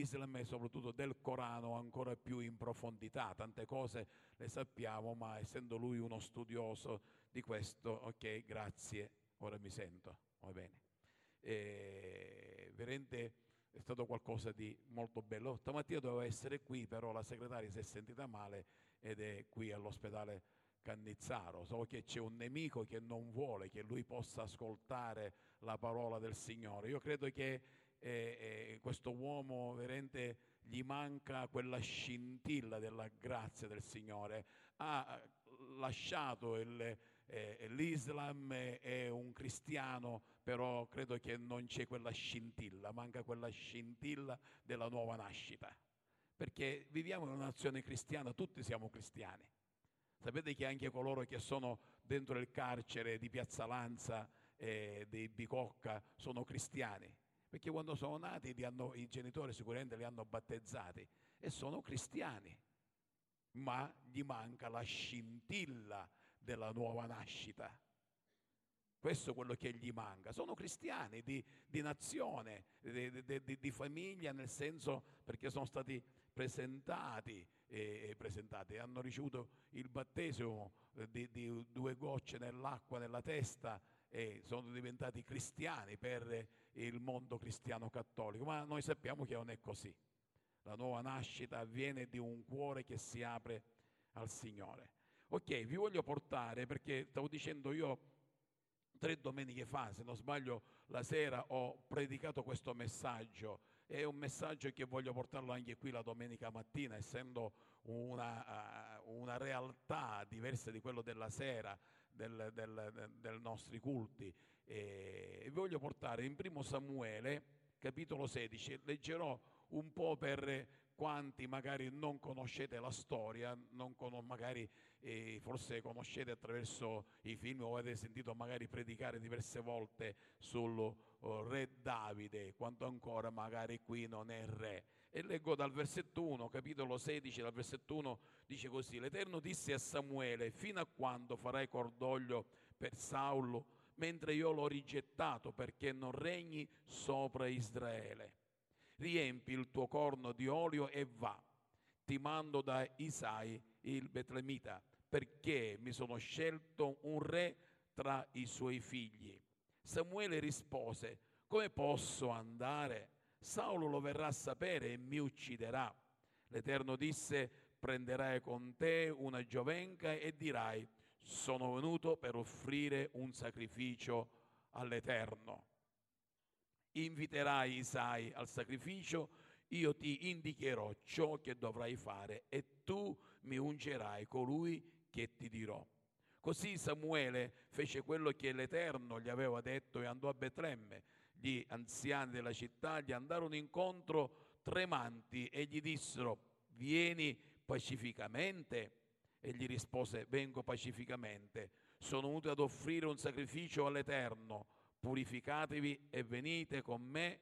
dell'Islam e soprattutto del Corano ancora più in profondità. Tante cose le sappiamo, ma essendo lui uno studioso di questo, ok, grazie, ora mi sento, va bene. Veramente è stato qualcosa di molto bello. Stamattina dovevo essere qui, però la segretaria si è sentita male ed è qui all'ospedale Cannizzaro. So che c'è un nemico che non vuole che lui possa ascoltare la parola del Signore. Io credo che questo uomo veramente gli manca quella scintilla della grazia del Signore. Ha lasciato l'Islam, è un cristiano, però credo che non c'è quella scintilla, manca quella scintilla della nuova nascita. Perché viviamo in una nazione cristiana, tutti siamo cristiani. Sapete che anche coloro che sono dentro il carcere di Piazza Lanza e di Bicocca sono cristiani, perché quando sono nati i genitori sicuramente li hanno battezzati e sono cristiani, ma gli manca la scintilla della nuova nascita. Questo è quello che gli manca. Sono cristiani di nazione, di famiglia, nel senso perché sono stati presentati, hanno ricevuto il battesimo di 2 gocce nell'acqua nella testa e sono diventati cristiani per il mondo cristiano cattolico. Ma noi sappiamo che non è così. La nuova nascita avviene di un cuore che si apre al Signore. Ok, vi voglio portare, perché stavo dicendo io 3 domeniche fa, se non sbaglio, la sera ho predicato questo messaggio. È un messaggio che voglio portarlo anche qui la domenica mattina, essendo una realtà diversa di quello della sera, del nostri culti. E vi voglio portare in 1 Samuele, capitolo 16, leggerò un po' per quanti magari non conoscete la storia, magari forse conoscete attraverso i film o avete sentito magari predicare diverse volte sul re Davide, quanto ancora magari qui non è re. E leggo dal versetto 1, capitolo 16, dal versetto 1, dice così: l'Eterno disse a Samuele: fino a quando farai cordoglio per Saulo, mentre io l'ho rigettato, perché non regni sopra Israele? Riempi il tuo corno di olio e va. Ti mando da Isai il Betlemita, perché mi sono scelto un re tra i suoi figli. Samuele rispose: come posso andare? Saulo lo verrà a sapere e mi ucciderà. L'Eterno disse: prenderai con te una giovenca e dirai: sono venuto per offrire un sacrificio all'Eterno. Inviterai Isai al sacrificio, io ti indicherò ciò che dovrai fare e tu mi ungerai colui che ti dirò. Così Samuele fece quello che l'Eterno gli aveva detto e andò a Betlemme. Gli anziani della città gli andarono incontro tremanti e gli dissero: vieni pacificamente? E gli rispose: vengo pacificamente. Sono venuto ad offrire un sacrificio all'Eterno. Purificatevi e venite con me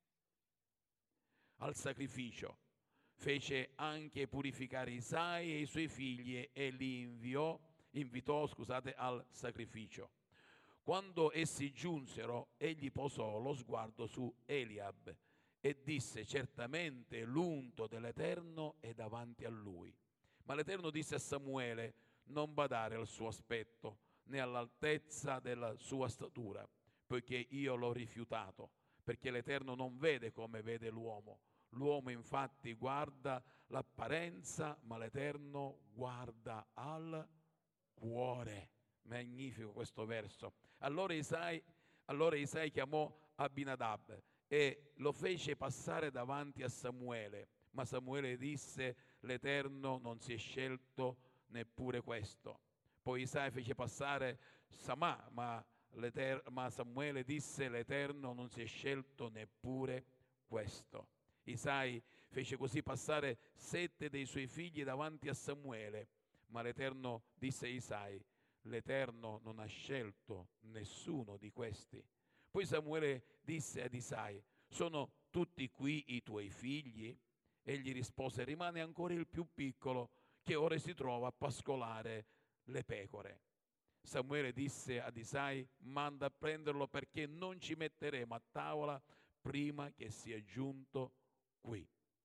al sacrificio. Fece anche purificare Isai e i suoi figli e li invitò al sacrificio. Quando essi giunsero, egli posò lo sguardo su Eliab e disse: certamente l'unto dell'Eterno è davanti a lui. Ma l'Eterno disse a Samuele: non badare al suo aspetto né all'altezza della sua statura, poiché io l'ho rifiutato, perché l'Eterno non vede come vede l'uomo. L'uomo infatti guarda l'apparenza, ma l'Eterno guarda al cuore. Magnifico questo verso. Allora Isai chiamò Abinadab e lo fece passare davanti a Samuele. Ma Samuele disse: l'Eterno non si è scelto neppure questo. Poi Isai fece passare Samà, ma Samuele disse: l'Eterno non si è scelto neppure questo. Isai fece così passare 7 dei suoi figli davanti a Samuele, ma l'Eterno disse a Isai: l'Eterno non ha scelto nessuno di questi. Poi Samuele disse ad Isai: sono tutti qui i tuoi figli? Egli rispose: rimane ancora il più piccolo, che ora si trova a pascolare le pecore. Samuele disse ad Isai: manda a prenderlo, perché non ci metteremo a tavola prima che sia giunto qui.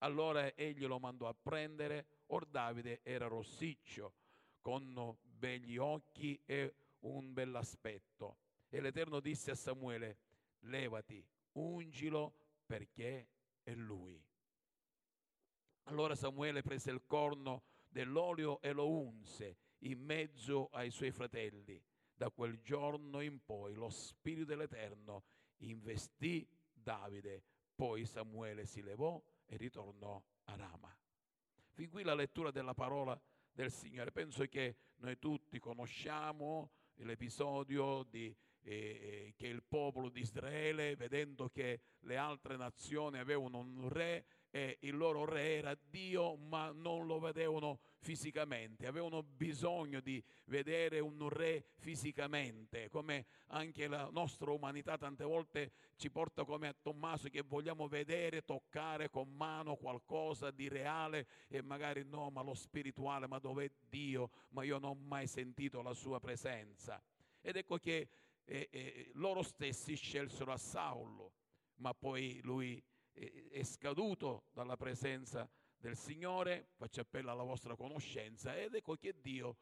Allora egli lo mandò a prendere. Or Davide era rossiccio, con begli occhi e un bell'aspetto. E l'Eterno disse a Samuele: levati, ungilo, perché è lui. Allora Samuele prese il corno dell'olio e lo unse in mezzo ai suoi fratelli. Da quel giorno in poi lo Spirito dell'Eterno investì Davide. Poi Samuele si levò e ritornò a Rama. Fin qui la lettura della parola del Signore. Penso che noi tutti conosciamo l'episodio che il popolo di Israele, vedendo che le altre nazioni avevano un re, e il loro re era Dio, ma non lo vedevano fisicamente, avevano bisogno di vedere un re fisicamente, come anche la nostra umanità tante volte ci porta come a Tommaso, che vogliamo vedere, toccare con mano qualcosa di reale, e magari no, ma lo spirituale, ma dov'è Dio? Ma io non ho mai sentito la sua presenza. Ed ecco che loro stessi scelsero a Saulo, ma poi lui è scaduto dalla presenza del Signore. Faccio appello alla vostra conoscenza, ed ecco che Dio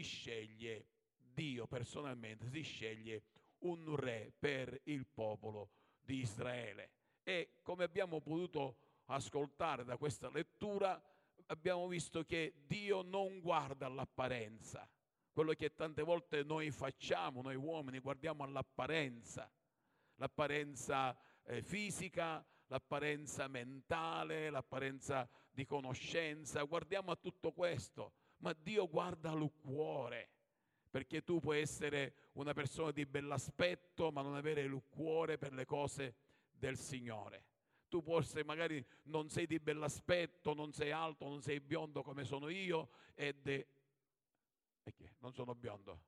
personalmente si sceglie un re per il popolo di Israele. E come abbiamo potuto ascoltare da questa lettura, abbiamo visto che Dio non guarda all'apparenza. Quello che tante volte noi facciamo, noi uomini, guardiamo all'apparenza, l'apparenza fisica, l'apparenza mentale, l'apparenza di conoscenza, guardiamo a tutto questo, ma Dio guarda al cuore, perché tu puoi essere una persona di bell'aspetto ma non avere il cuore per le cose del Signore. Tu forse magari non sei di bell'aspetto, non sei alto, non sei biondo come sono io, non sono biondo,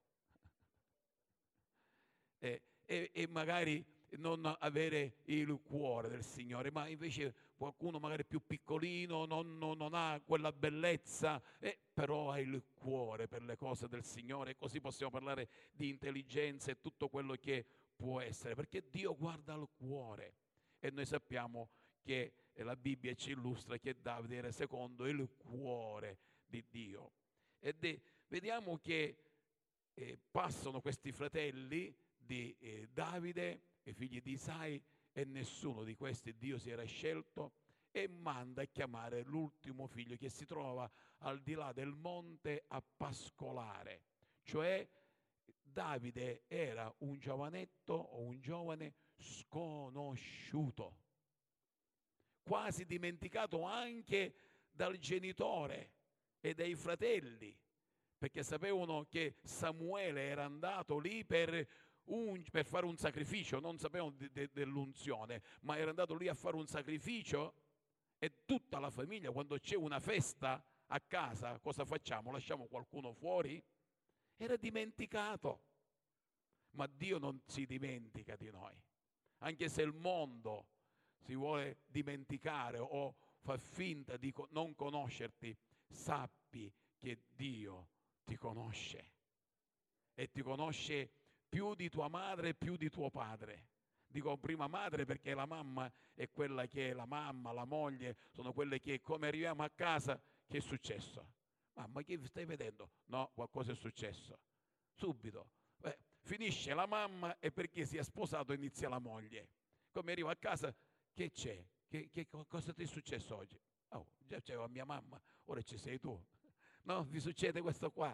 e magari non avere il cuore del Signore, ma invece qualcuno magari più piccolino non ha quella bellezza, però ha il cuore per le cose del Signore. Così possiamo parlare di intelligenza e tutto quello che può essere, perché Dio guarda al cuore, e noi sappiamo che la Bibbia ci illustra che Davide era secondo il cuore di Dio. Vediamo che passano questi fratelli di Davide, i figli di Isai, e nessuno di questi Dio si era scelto, e manda a chiamare l'ultimo figlio che si trova al di là del monte a pascolare. Cioè Davide era un giovanetto o un giovane sconosciuto, quasi dimenticato anche dal genitore e dai fratelli, perché sapevano che Samuele era andato lì per fare un sacrificio, non sapevano dell'unzione, ma era andato lì a fare un sacrificio. E tutta la famiglia, quando c'è una festa a casa, cosa facciamo? Lasciamo qualcuno fuori? Era dimenticato. Ma Dio non si dimentica di noi, anche se il mondo si vuole dimenticare o fa finta di non conoscerti. Sappi che Dio ti conosce, e ti conosce più di tua madre e più di tuo padre. Dico prima madre perché la mamma è quella che è la mamma, la moglie, sono quelle che, come arriviamo a casa, che è successo? Mamma, che stai vedendo? No, qualcosa è successo. Subito. Finisce la mamma e perché si è sposato inizia la moglie. Come arrivo a casa, che c'è? Cosa ti è successo oggi? Oh, già c'era mia mamma, ora ci sei tu. No, vi succede questo qua.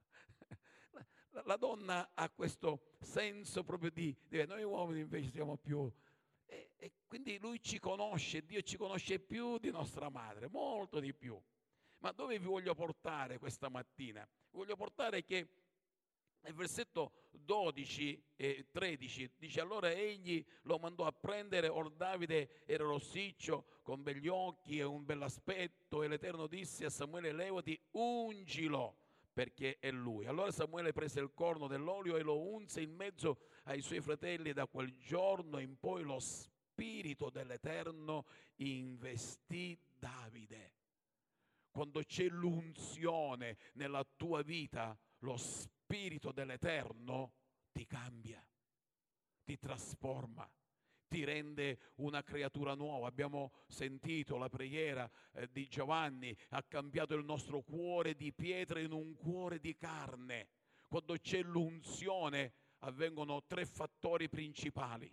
La donna ha questo senso proprio di noi uomini invece siamo più, e quindi lui ci conosce, Dio ci conosce più di nostra madre, molto di più. Ma dove vi voglio portare questa mattina? Vi voglio portare che nel versetto 12 e 13 dice: allora egli lo mandò a prendere. Or Davide era rossiccio, con begli occhi e un bell'aspetto, e l'Eterno disse a Samuele: levati, ungilo, perché è lui. Allora Samuele prese il corno dell'olio e lo unse in mezzo ai suoi fratelli, e da quel giorno in poi lo Spirito dell'Eterno investì Davide. Quando c'è l'unzione nella tua vita, lo Spirito dell'Eterno ti cambia, ti trasforma, ti rende una creatura nuova. Abbiamo sentito la preghiera di Giovanni, ha cambiato il nostro cuore di pietra in un cuore di carne. Quando c'è l'unzione avvengono 3 fattori principali.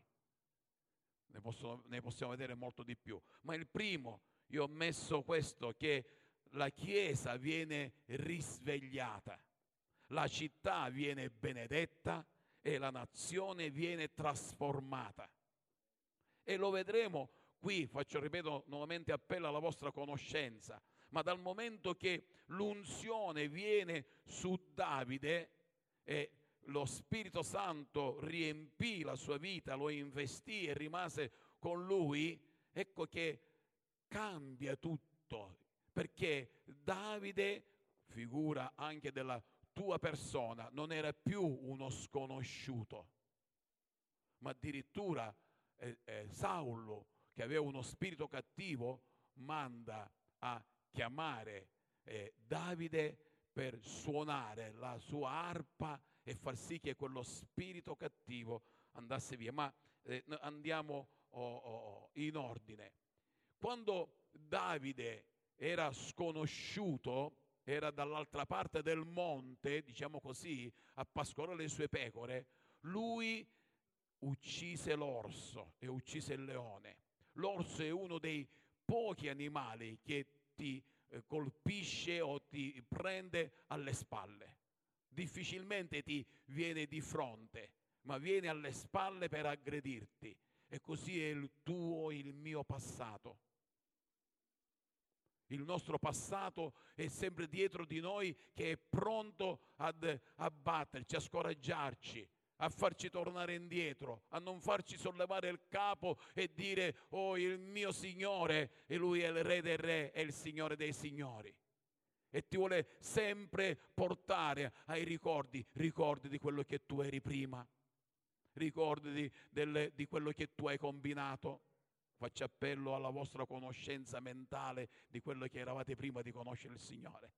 Ne possiamo vedere molto di più. Ma il primo, io ho messo questo, che la Chiesa viene risvegliata, la città viene benedetta e la nazione viene trasformata. E lo vedremo qui, ripeto nuovamente, appello alla vostra conoscenza, ma dal momento che l'unzione viene su Davide e lo Spirito Santo riempì la sua vita, lo investì e rimase con lui, ecco che cambia tutto, perché Davide, figura anche della tua persona, non era più uno sconosciuto, ma addirittura Saulo, che aveva uno spirito cattivo, manda a chiamare Davide per suonare la sua arpa e far sì che quello spirito cattivo andasse via. Ma andiamo in ordine. Quando Davide era sconosciuto, era dall'altra parte del monte, diciamo così, a pascolare le sue pecore, lui uccise l'orso e uccise il leone. L'orso è uno dei pochi animali che ti colpisce o ti prende alle spalle. Difficilmente ti viene di fronte, ma viene alle spalle per aggredirti. E così è il tuo, il mio passato. Il nostro passato è sempre dietro di noi, che è pronto ad abbatterci, a scoraggiarci, a farci tornare indietro, a non farci sollevare il capo e dire: oh, il mio Signore, e Lui è il Re dei Re, è il Signore dei Signori. E ti vuole sempre portare ai ricordi di quello che tu eri prima, ricordi di quello che tu hai combinato. Faccio appello alla vostra conoscenza mentale di quello che eravate prima di conoscere il Signore.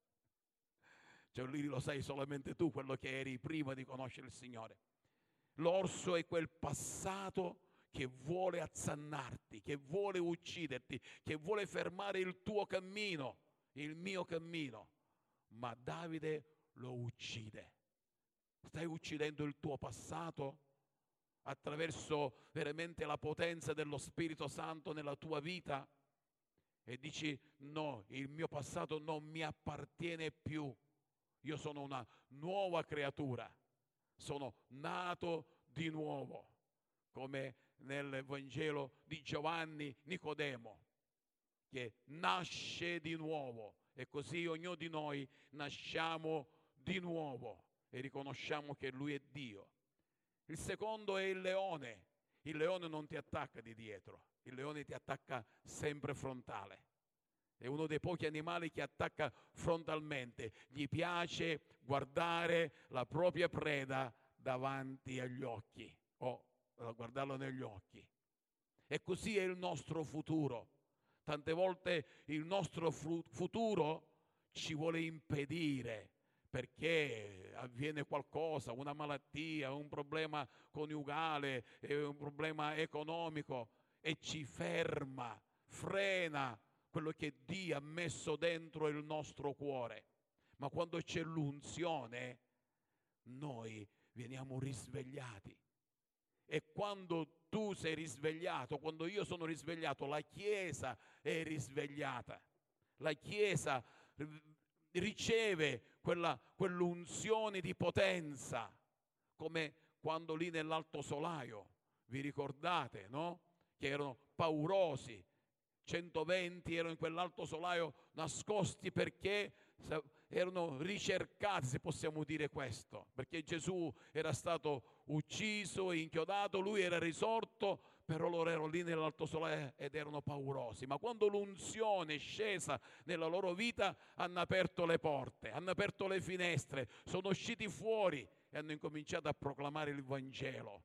Cioè lì lo sai solamente tu, quello che eri prima di conoscere il Signore. L'orso è quel passato che vuole azzannarti, che vuole ucciderti, che vuole fermare il tuo cammino, il mio cammino. Ma Davide lo uccide. Stai uccidendo il tuo passato attraverso veramente la potenza dello Spirito Santo nella tua vita? E dici: no, il mio passato non mi appartiene più. Io sono una nuova creatura. Sono nato di nuovo, come nel Vangelo di Giovanni, Nicodemo, che nasce di nuovo, e così ognuno di noi nasciamo di nuovo e riconosciamo che Lui è Dio. Il secondo è il leone. Il leone non ti attacca di dietro, il leone ti attacca sempre frontale. È uno dei pochi animali che attacca frontalmente. Gli piace guardare la propria preda davanti agli occhi, o guardarlo negli occhi. E così è il nostro futuro. Tante volte il nostro futuro ci vuole impedire, perché avviene qualcosa, una malattia, un problema coniugale, un problema economico, e ci ferma, frena quello che Dio ha messo dentro il nostro cuore. Ma quando c'è l'unzione, noi veniamo risvegliati. E quando tu sei risvegliato, quando io sono risvegliato, la Chiesa è risvegliata. La Chiesa riceve quell'unzione di potenza, come quando lì nell'Alto Solaio, vi ricordate, no? Che erano paurosi. 120 erano in quell'alto solaio nascosti perché erano ricercati, se possiamo dire questo, perché Gesù era stato ucciso, inchiodato, lui era risorto, però loro erano lì nell'alto solaio ed erano paurosi. Ma quando l'unzione è scesa nella loro vita, hanno aperto le porte, hanno aperto le finestre, sono usciti fuori e hanno incominciato a proclamare il Vangelo.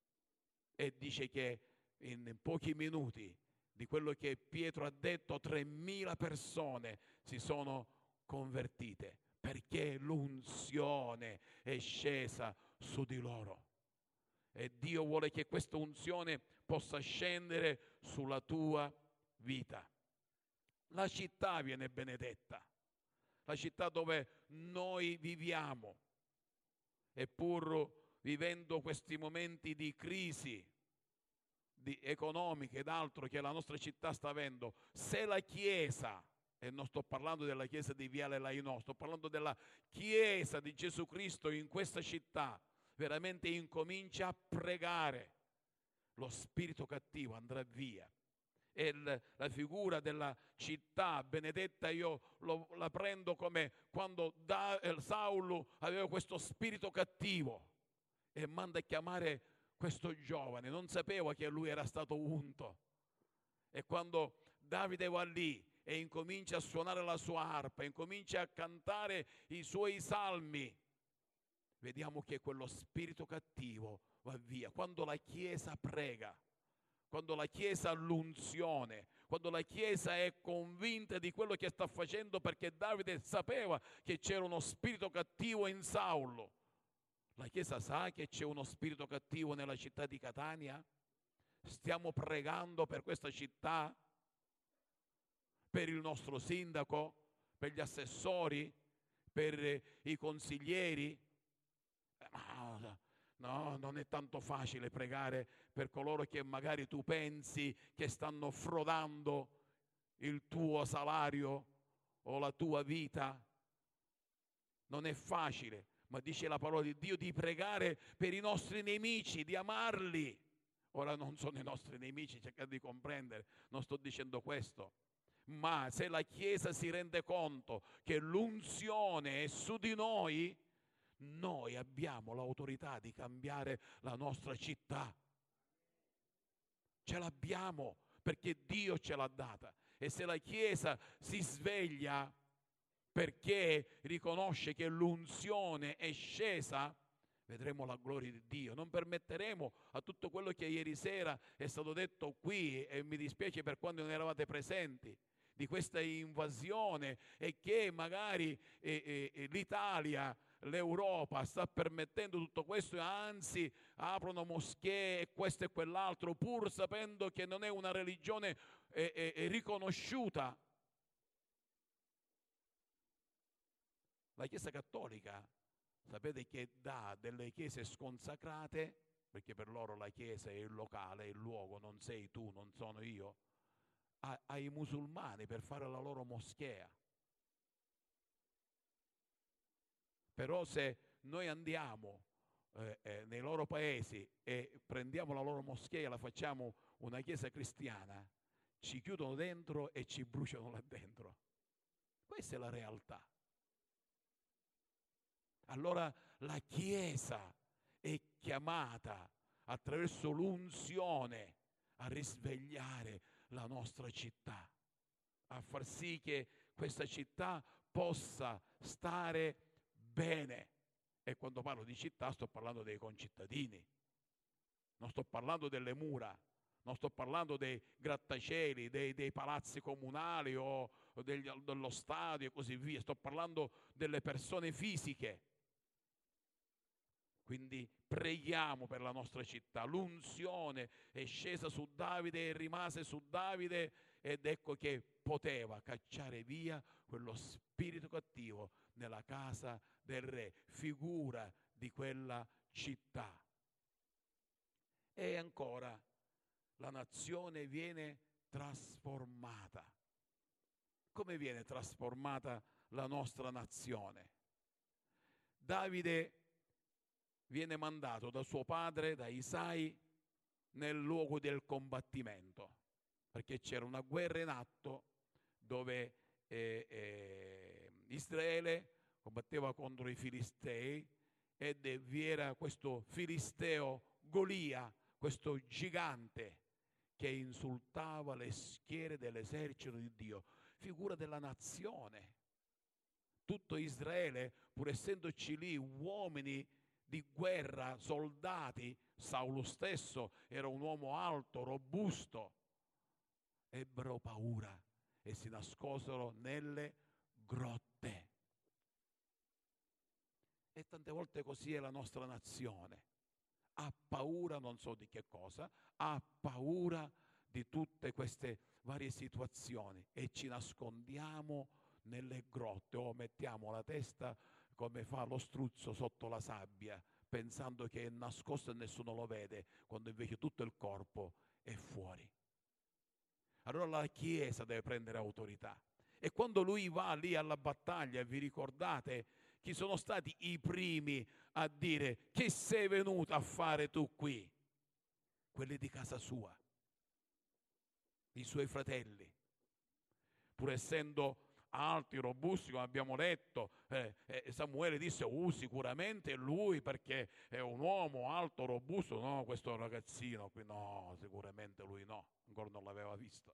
E dice che in pochi minuti, di quello che Pietro ha detto, 3.000 persone si sono convertite, perché l'unzione è scesa su di loro. E Dio vuole che questa unzione possa scendere sulla tua vita. La città viene benedetta, la città dove noi viviamo, e pur vivendo questi momenti di crisi economica ed altro che la nostra città sta avendo, se la Chiesa, e non sto parlando della Chiesa di Viale Lainò, sto parlando della Chiesa di Gesù Cristo in questa città, veramente incomincia a pregare, lo spirito cattivo andrà via. E la figura della città benedetta io la prendo come quando Saulo aveva questo spirito cattivo e manda a chiamare questo giovane, non sapeva che lui era stato unto. E quando Davide va lì e incomincia a suonare la sua arpa, incomincia a cantare i suoi salmi, vediamo che quello spirito cattivo va via. Quando la Chiesa prega, quando la Chiesa ha l'unzione, quando la Chiesa è convinta di quello che sta facendo, perché Davide sapeva che c'era uno spirito cattivo in Saulo. La Chiesa sa che c'è uno spirito cattivo nella città di Catania? Stiamo pregando per questa città, per il nostro sindaco, per gli assessori, per i consiglieri? No, non è tanto facile pregare per coloro che magari tu pensi che stanno frodando il tuo salario o la tua vita. Non è facile, ma dice la parola di Dio di pregare per i nostri nemici, di amarli. Ora non sono i nostri nemici, cercate di comprendere, non sto dicendo questo. Ma se la Chiesa si rende conto che l'unzione è su di noi abbiamo l'autorità di cambiare la nostra città. Ce l'abbiamo perché Dio ce l'ha data. E se la Chiesa si sveglia perché riconosce che l'unzione è scesa, vedremo la gloria di Dio. Non permetteremo a tutto quello che ieri sera è stato detto qui, e mi dispiace per quando non eravate presenti, di questa invasione, e che magari l'Italia, l'Europa sta permettendo tutto questo, e anzi aprono moschee e questo e quell'altro, pur sapendo che non è una religione riconosciuta. La Chiesa Cattolica, sapete che dà delle chiese sconsacrate, perché per loro la Chiesa è il locale, è il luogo, non sei tu, non sono io, ai musulmani per fare la loro moschea. Però se noi andiamo nei loro paesi e prendiamo la loro moschea e la facciamo una chiesa cristiana, ci chiudono dentro e ci bruciano là dentro. Questa è la realtà. Allora la Chiesa è chiamata attraverso l'unzione a risvegliare la nostra città, a far sì che questa città possa stare bene. E quando parlo di città sto parlando dei concittadini, non sto parlando delle mura, non sto parlando dei grattacieli, dei palazzi comunali o dello stadio e così via, sto parlando delle persone fisiche. Quindi preghiamo per la nostra città. L'unzione è scesa su Davide e rimase su Davide, ed ecco che poteva cacciare via quello spirito cattivo nella casa del re, figura di quella città. E ancora, la nazione viene trasformata. Come viene trasformata la nostra nazione? Davide viene mandato da suo padre, da Isai, nel luogo del combattimento, perché c'era una guerra in atto dove Israele combatteva contro i Filistei, ed vi era questo filisteo Golia, questo gigante che insultava le schiere dell'esercito di Dio, figura della nazione. Tutto Israele, pur essendoci lì uomini di guerra, soldati, Saulo stesso era un uomo alto, robusto, ebbero paura e si nascosero nelle grotte. E tante volte così è la nostra nazione. ha paura non so di che cosa, ha paura di tutte queste varie situazioni e ci nascondiamo nelle grotte o mettiamo la testa come fa lo struzzo sotto la sabbia, pensando che è nascosto e nessuno lo vede, quando invece tutto il corpo è fuori. Allora la Chiesa deve prendere autorità. E quando lui va lì alla battaglia, vi ricordate chi sono stati i primi a dire: che sei venuto a fare tu qui? Quelli di casa sua, i suoi fratelli, pur essendo alti, robusti, come abbiamo letto. Samuele disse: sicuramente è lui, perché è un uomo alto, robusto. No, questo ragazzino qui no, sicuramente lui no, ancora non l'aveva visto.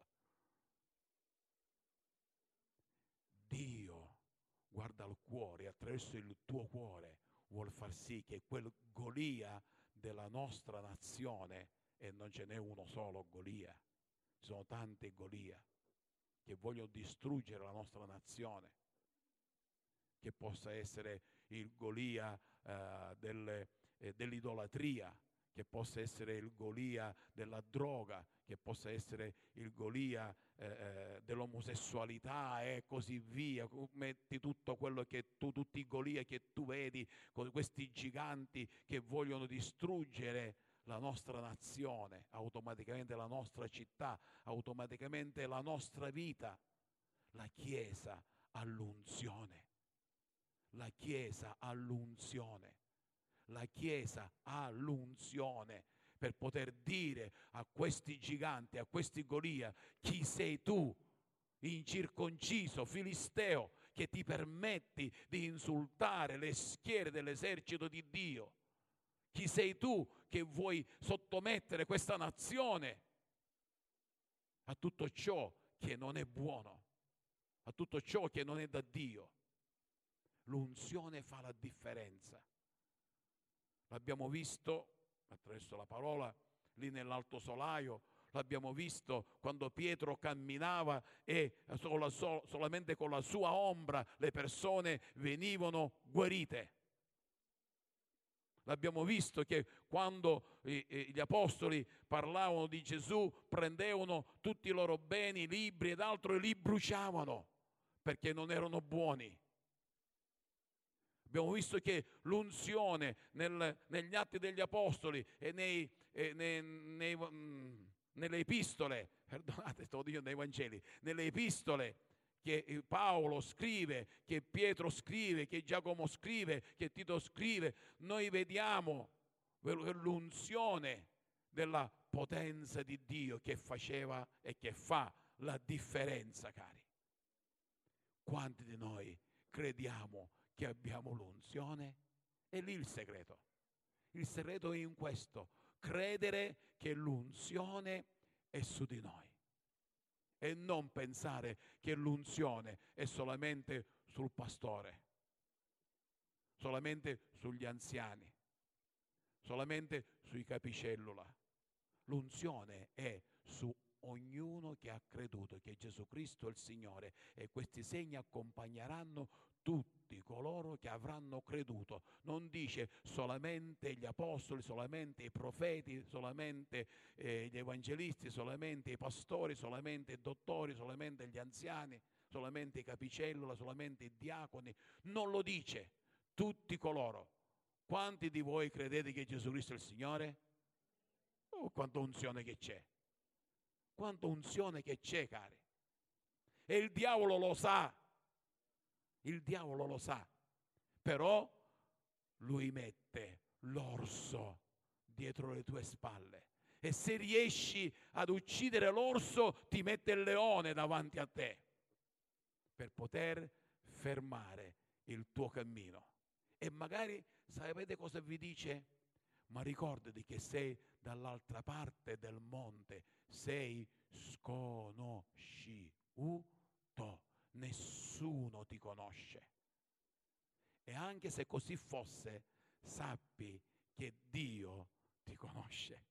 Dio guarda al cuore, attraverso il tuo cuore vuol far sì che quel Golia della nostra nazione, e non ce n'è uno solo Golia, ci sono tanti Golia che vogliono distruggere la nostra nazione, che possa essere il Golia dell'idolatria, che possa essere il Golia della droga, che possa essere il Golia dell'omosessualità e così via. Metti tutto quello che tutti i Golia che tu vedi, questi giganti che vogliono distruggere la nostra nazione, automaticamente la nostra città, automaticamente la nostra vita. La Chiesa ha l'unzione. La Chiesa ha l'unzione. La Chiesa ha l'unzione per poter dire a questi giganti, a questi Golia: chi sei tu, incirconciso, filisteo, che ti permetti di insultare le schiere dell'esercito di Dio? Chi sei tu che vuoi sottomettere questa nazione a tutto ciò che non è buono, a tutto ciò che non è da Dio? L'unzione fa la differenza. L'abbiamo visto attraverso la parola lì nell'alto solaio, l'abbiamo visto quando Pietro camminava e solamente con la sua ombra le persone venivano guarite. L'abbiamo visto che quando gli apostoli parlavano di Gesù, prendevano tutti i loro beni, libri ed altro, e li bruciavano perché non erano buoni. Abbiamo visto che l'unzione negli Atti degli Apostoli e nelle epistole, perdonate, stavo dicendo nei Vangeli, nelle epistole che Paolo scrive, che Pietro scrive, che Giacomo scrive, che Tito scrive, noi vediamo l'unzione della potenza di Dio che faceva e che fa la differenza, cari. Quanti di noi crediamo che abbiamo l'unzione? È lì il segreto. Il segreto è in questo: credere che l'unzione è su di noi e non pensare che l'unzione è solamente sul pastore, solamente sugli anziani, solamente sui capicellula. L'unzione è su ognuno che ha creduto che Gesù Cristo è il Signore, e questi segni accompagneranno tutti coloro che avranno creduto. Non dice solamente gli apostoli, solamente i profeti, solamente gli evangelisti, solamente i pastori, solamente i dottori, solamente gli anziani, solamente i capicellula, solamente i diaconi. Non lo dice. Tutti coloro. Quanti di voi credete che Gesù Cristo è il Signore? Oh, quanta unzione che c'è! Quanta unzione che c'è, cari! E il diavolo lo sa. Il diavolo lo sa. Però lui mette l'orso dietro le tue spalle. E se riesci ad uccidere l'orso, ti mette il leone davanti a te per poter fermare il tuo cammino. E magari sapete cosa vi dice? Ma ricordati che sei dall'altra parte del monte, sei sconosciuto, nessuno ti conosce. E anche se così fosse, sappi che Dio ti conosce,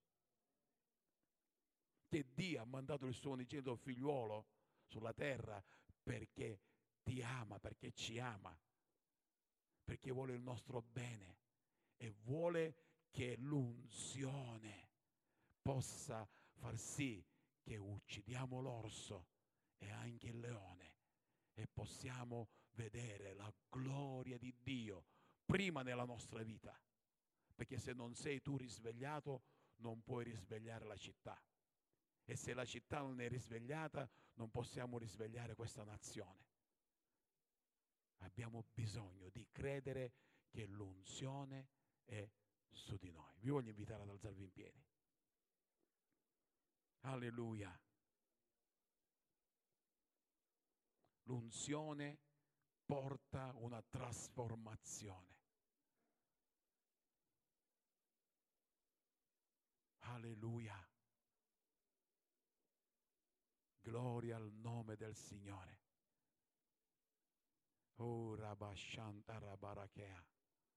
che Dio ha mandato il suo unigenito figliuolo sulla terra perché ti ama, perché ci ama, perché vuole il nostro bene e vuole che l'unzione possa far sì che uccidiamo l'orso e anche il leone e possiamo vedere la gloria di Dio prima nella nostra vita, perché se non sei tu risvegliato non puoi risvegliare la città, e se la città non è risvegliata non possiamo risvegliare questa nazione. Abbiamo bisogno di credere che l'unzione è su di noi. Vi voglio invitare ad alzarvi in piedi. Alleluia. L'unzione porta una trasformazione. Alleluia. Gloria al nome del Signore. Oh, Rabashanta Rabarakea.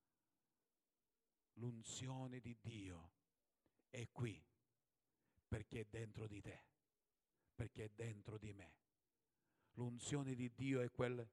L'unzione di Dio è qui perché è dentro di te, perché è dentro di me. L'unzione di Dio è quel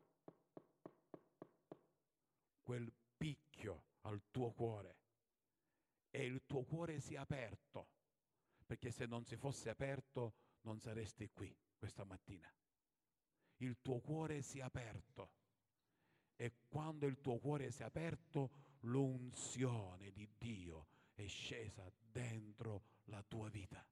picchio al tuo cuore, e il tuo cuore si è aperto, perché se non si fosse aperto non saresti qui questa mattina. Il tuo cuore si è aperto, e quando il tuo cuore si è aperto, l'unzione di Dio è scesa dentro la tua vita.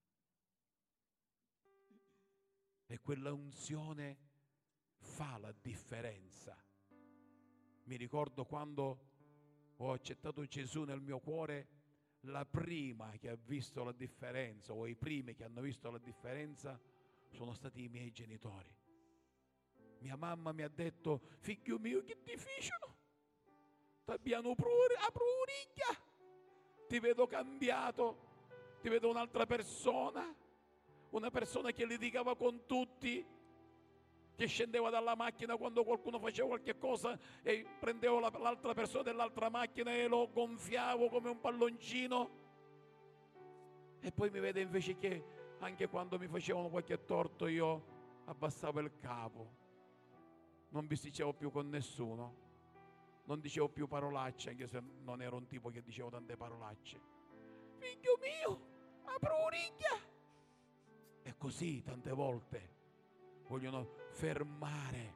E quella unzione fa la differenza. Mi ricordo quando ho accettato Gesù nel mio cuore, la prima che ha visto la differenza, o i primi che hanno visto la differenza, sono stati i miei genitori. Mia mamma mi ha detto: figlio mio, che difficile, t'abbiamo apruringhia, ti vedo cambiato, ti vedo un'altra persona, una persona che litigava con tutti, che scendeva dalla macchina quando qualcuno faceva qualche cosa e prendevo l'altra persona dell'altra macchina e lo gonfiavo come un palloncino. E poi mi vede invece che anche quando mi facevano qualche torto io abbassavo il capo, non bisticciavo più con nessuno, non dicevo più parolacce, anche se non ero un tipo che dicevo tante parolacce. Figlio mio, apri un'orecchia. E così tante volte vogliono fermare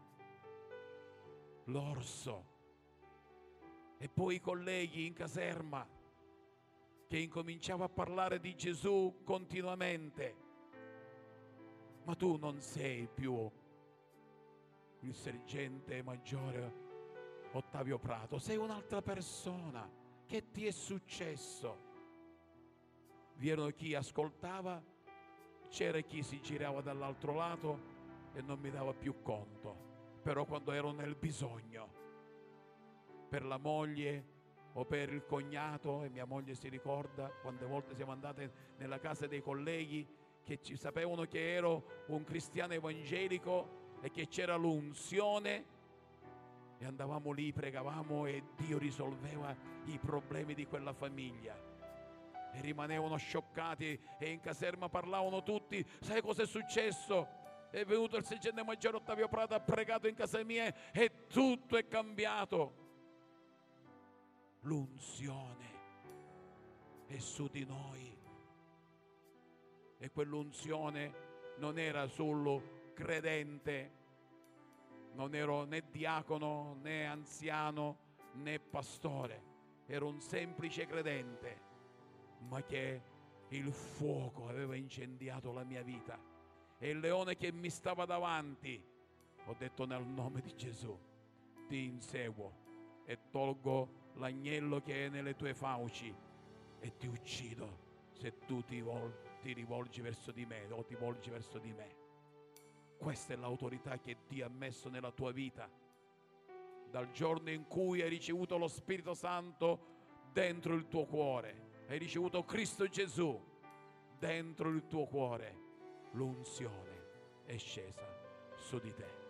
l'orso. E poi i colleghi in caserma che incominciava a parlare di Gesù continuamente. Ma tu non sei più il sergente maggiore Ottavio Prato, sei un'altra persona. Che ti è successo? Vi erano chi ascoltava, c'era chi si girava dall'altro lato e non mi dava più conto. Però quando ero nel bisogno, per la moglie o per il cognato, e mia moglie si ricorda quante volte siamo andate nella casa dei colleghi che ci sapevano che ero un cristiano evangelico e che c'era l'unzione, e andavamo lì, pregavamo e Dio risolveva i problemi di quella famiglia. E rimanevano scioccati e in caserma parlavano tutti: sai cosa è successo? È venuto il sergente maggiore Ottavio Prato, ha pregato in casa mia e tutto è cambiato. L'unzione è su di noi, e quell'unzione non era sul credente. Non ero né diacono, né anziano, né pastore. Ero un semplice credente, ma che il fuoco aveva incendiato la mia vita. E il leone che mi stava davanti, ho detto: nel nome di Gesù ti inseguo e tolgo l'agnello che è nelle tue fauci e ti uccido se tu ti rivolgi verso di me o ti volgi verso di me. Questa è l'autorità che Dio ha messo nella tua vita. Dal giorno in cui hai ricevuto lo Spirito Santo dentro il tuo cuore, hai ricevuto Cristo Gesù dentro il tuo cuore, l'unzione è scesa su di te.